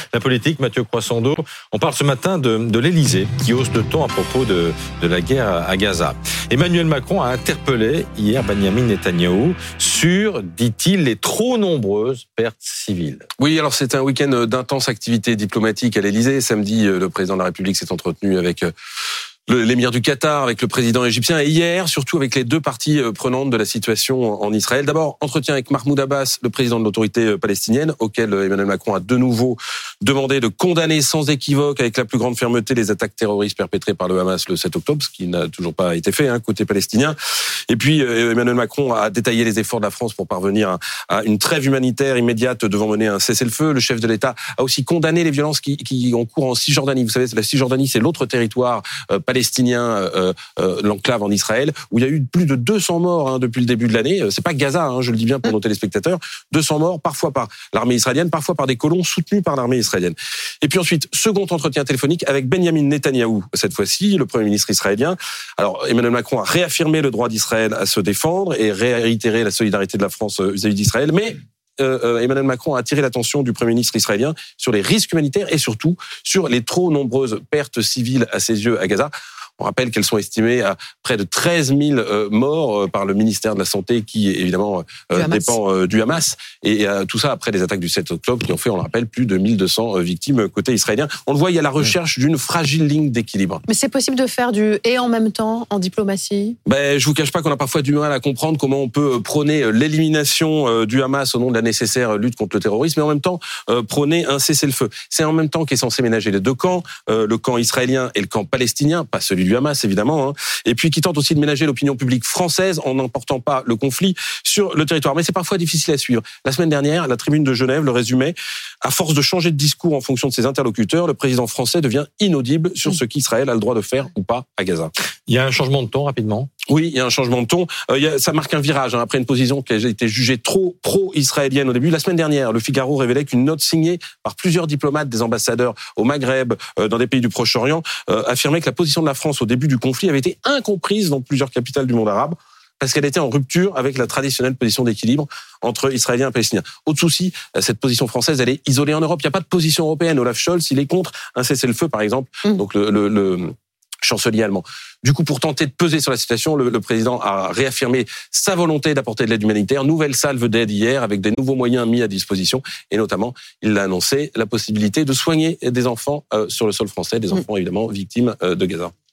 la politique, Mathieu Croissando. On parle ce matin de l'Élysée qui hausse le ton à propos de la guerre à Gaza. Emmanuel Macron a interpellé hier Benyamin Netanyahou sur, dit-il, les trop nombreuses pertes civiles. Oui, alors c'est un week-end d'intense activité diplomatique à l'Élysée. Samedi, le président de la République s'est entretenu avec l'émir du Qatar, avec le président égyptien, et hier, surtout avec les deux parties prenantes de la situation en Israël. D'abord, entretien avec Mahmoud Abbas, le président de l'autorité palestinienne, auquel Emmanuel Macron a de nouveau demandé de condamner sans équivoque, avec la plus grande fermeté, les attaques terroristes perpétrées par le Hamas le 7 octobre, ce qui n'a toujours pas été fait, côté palestinien. Et puis, Emmanuel Macron a détaillé les efforts de la France pour parvenir à une trêve humanitaire immédiate devant mener un cessez-le-feu. Le chef de l'État a aussi condamné les violences qui ont cours en Cisjordanie. Vous savez, la Cisjordanie, c'est l'autre territoire palestinien, l'enclave en Israël, où il y a eu plus de 200 morts depuis le début de l'année. C'est pas Gaza, je le dis bien pour nos téléspectateurs. 200 morts, parfois par l'armée israélienne, parfois par des colons soutenus par l'armée israélienne. Et puis ensuite, second entretien téléphonique avec Benyamin Netanyahou, cette fois-ci, le Premier ministre israélien. Alors, Emmanuel Macron a réaffirmé le droit d'Israël à se défendre et réitéré la solidarité de la France vis-à-vis d'Israël, mais Emmanuel Macron a attiré l'attention du Premier ministre israélien sur les risques humanitaires et surtout sur les trop nombreuses pertes civiles à ses yeux à Gaza. On rappelle qu'elles sont estimées à près de 13 000 morts par le ministère de la Santé qui, évidemment, dépend du Hamas. Et tout ça après les attaques du 7 octobre qui ont fait, on le rappelle, plus de 1200 victimes côté israélien. On le voit, il y a la recherche d'une fragile ligne d'équilibre. Mais c'est possible de faire du « et en même temps » en diplomatie ? Je vous cache pas qu'on a parfois du mal à comprendre comment on peut prôner l'élimination du Hamas au nom de la nécessaire lutte contre le terrorisme, mais en même temps prôner un cessez-le-feu. C'est en même temps qui est censé ménager les deux camps, le camp israélien et le camp palestinien, pas celui du Hamas évidemment, et puis qui tente aussi de ménager l'opinion publique française en n'emportant pas le conflit sur le territoire. Mais c'est parfois difficile à suivre. La semaine dernière, la Tribune de Genève le résumait, à force de changer de discours en fonction de ses interlocuteurs, le président français devient inaudible sur ce qu'Israël a le droit de faire ou pas à Gaza. Il y a un changement de ton rapidement ? Oui, il y a un changement de ton. Ça marque un virage après une position qui a été jugée trop pro-israélienne au début. La semaine dernière, le Figaro révélait qu'une note signée par plusieurs diplomates des ambassadeurs au Maghreb, dans des pays du Proche-Orient, affirmait que la position de la France au début du conflit avait été incomprise dans plusieurs capitales du monde arabe parce qu'elle était en rupture avec la traditionnelle position d'équilibre entre Israéliens et Palestiniens. Autre souci, cette position française, elle est isolée en Europe. Il n'y a pas de position européenne. Olaf Scholz, il est contre un cessez-le-feu, par exemple. Donc le chancelier allemand. Du coup, pour tenter de peser sur la situation, le président a réaffirmé sa volonté d'apporter de l'aide humanitaire. Nouvelle salve d'aide hier avec des nouveaux moyens mis à disposition. Et notamment, il a annoncé la possibilité de soigner des enfants sur le sol français, des enfants évidemment victimes de Gaza.